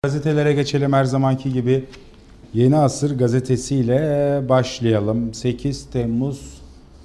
Gazetelere geçelim her zamanki gibi. Yeni Asır gazetesiyle başlayalım. 8 Temmuz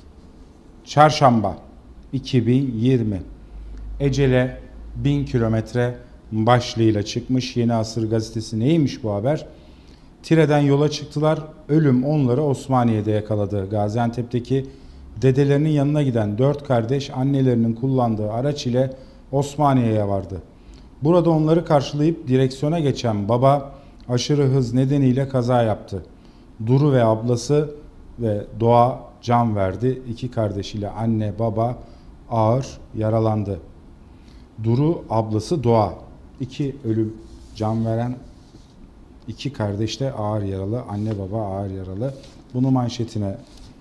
Çarşamba 2020. Ecele 1000 kilometre başlığıyla çıkmış Yeni Asır gazetesi. Neymiş bu haber? Tire'den yola çıktılar. Ölüm onları Osmaniye'de yakaladı. Gaziantep'teki dedelerinin yanına giden 4 kardeş annelerinin kullandığı araç ile Osmaniye'ye vardı. Burada onları karşılayıp direksiyona geçen baba aşırı hız nedeniyle kaza yaptı. Duru ve ablası ve Doğa can verdi. 2 kardeşiyle anne baba ağır yaralandı. Duru, ablası Doğa. 2 ölüm can veren 2 kardeş de ağır yaralı. Anne baba ağır yaralı. Bunu manşetine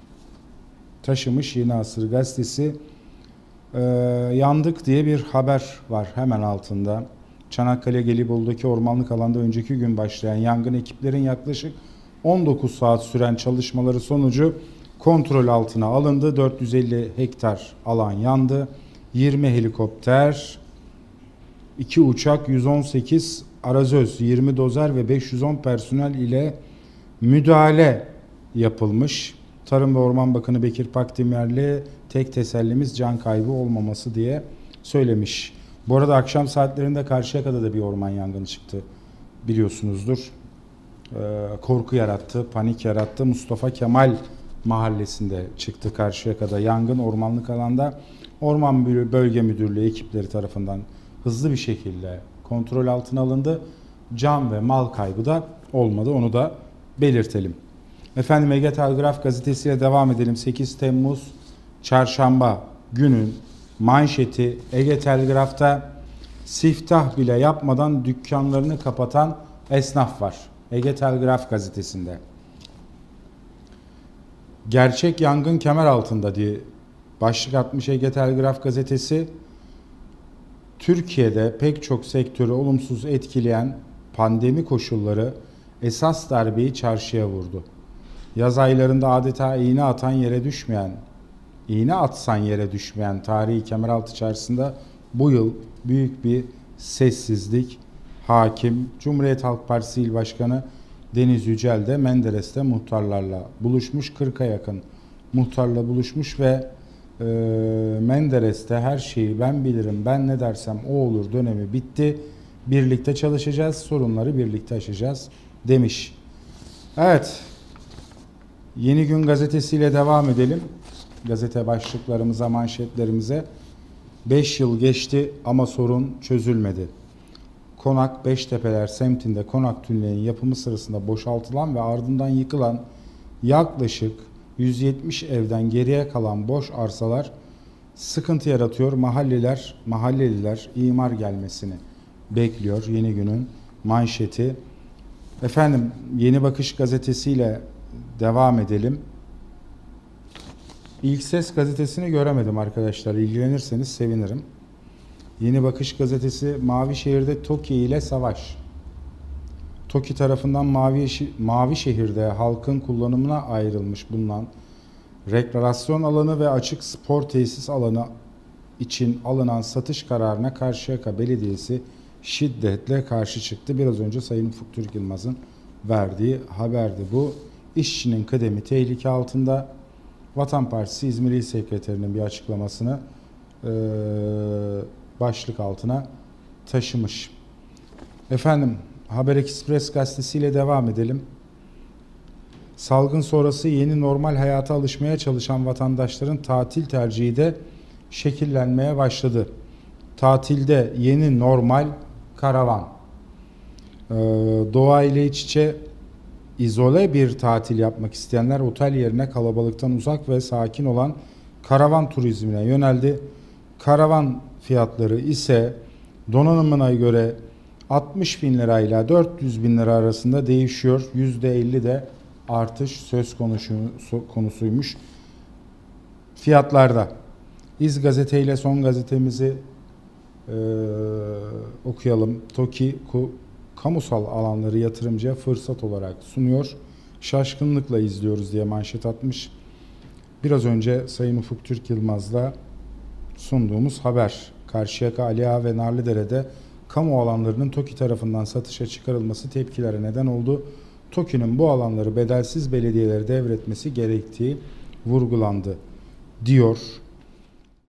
taşımış Yeni Asır gazetesi. Yandık diye bir haber var hemen altında. Çanakkale Gelibolu'daki ormanlık alanda önceki gün başlayan yangın ekiplerin yaklaşık 19 saat süren çalışmaları sonucu kontrol altına alındı. 450 hektar alan yandı. 20 helikopter, 2 uçak, 118 arazöz, 20 dozer ve 510 personel ile müdahale yapılmış. Tarım ve Orman Bakanı Bekir Pakdemirli tek tesellimiz can kaybı olmaması diye söylemiş. Bu arada akşam saatlerinde Karşıyaka'da da bir orman yangını çıktı biliyorsunuzdur. Korku yarattı, panik yarattı. Mustafa Kemal mahallesinde çıktı Karşıyaka'da yangın ormanlık alanda. Orman Bölge Müdürlüğü ekipleri tarafından hızlı bir şekilde kontrol altına alındı. Can ve mal kaybı da olmadı, onu da belirtelim. Efendim Ege Telgraf gazetesiyle devam edelim. 8 Temmuz Çarşamba günün manşeti Ege Telgraf'ta siftah bile yapmadan dükkanlarını kapatan esnaf var. Ege Telgraf gazetesinde. Gerçek yangın kemer altında diye başlık atmış Ege Telgraf gazetesi. Türkiye'de pek çok sektörü olumsuz etkileyen pandemi koşulları esas darbeyi çarşıya vurdu. Yaz aylarında adeta iğne atsan yere düşmeyen tarihi Kemeraltı Çarşısı'nda bu yıl büyük bir sessizlik hakim. Cumhuriyet Halk Partisi İl Başkanı Deniz Yücel de Menderes'te muhtarlarla buluşmuş. 40'a yakın muhtarla buluşmuş ve Menderes'te her şeyi ben bilirim, ben ne dersem o olur dönemi bitti. Birlikte çalışacağız, sorunları birlikte aşacağız demiş. Evet, Yeni Gün gazetesiyle devam edelim. Gazete başlıklarımıza, manşetlerimize. 5 yıl geçti ama sorun çözülmedi. Konak Beştepeler semtinde Konak Tüneli'nin yapımı sırasında boşaltılan ve ardından yıkılan yaklaşık 170 evden geriye kalan boş arsalar sıkıntı yaratıyor. Mahalleliler imar gelmesini bekliyor. Yeni Gün'ün manşeti. Efendim Yeni Bakış gazetesiyle devam edelim. İlk Ses gazetesini göremedim arkadaşlar. İlgilenirseniz sevinirim. Yeni Bakış gazetesi Mavişehir'de TOKİ ile savaş. TOKİ tarafından Mavişehir'de halkın kullanımına ayrılmış bulunan rekreasyon alanı ve açık spor tesis alanı için alınan satış kararına Karşıyaka Belediyesi şiddetle karşı çıktı. Biraz önce Sayın Ufuk Türk Yılmaz'ın verdiği haberdi bu. İşçinin kıdemi tehlike altında. Vatan Partisi İzmir İl Sekreterinin bir açıklamasını başlık altına taşımış. Efendim Haber Ekspres gazetesiyle devam edelim. Salgın sonrası yeni normal hayata alışmaya çalışan vatandaşların tatil tercihi de şekillenmeye başladı. Tatilde yeni normal karavan. Doğa ile iç içe izole bir tatil yapmak isteyenler otel yerine kalabalıktan uzak ve sakin olan karavan turizmine yöneldi. Karavan fiyatları ise donanımına göre 60 bin lirayla 400 bin lira arasında değişiyor. %50 de artış söz konusuymuş fiyatlarda. İz Gazete ile son gazetemizi okuyalım. TOKİ kamusal alanları yatırımcıya fırsat olarak sunuyor. Şaşkınlıkla izliyoruz diye manşet atmış. Biraz önce Sayın Ufuk Türk Yılmaz'la sunduğumuz haber. Karşıyaka, Ali Ağa ve Narlıdere'de kamu alanlarının TOKİ tarafından satışa çıkarılması tepkilere neden oldu. TOKİ'nin bu alanları bedelsiz belediyelere devretmesi gerektiği vurgulandı, diyor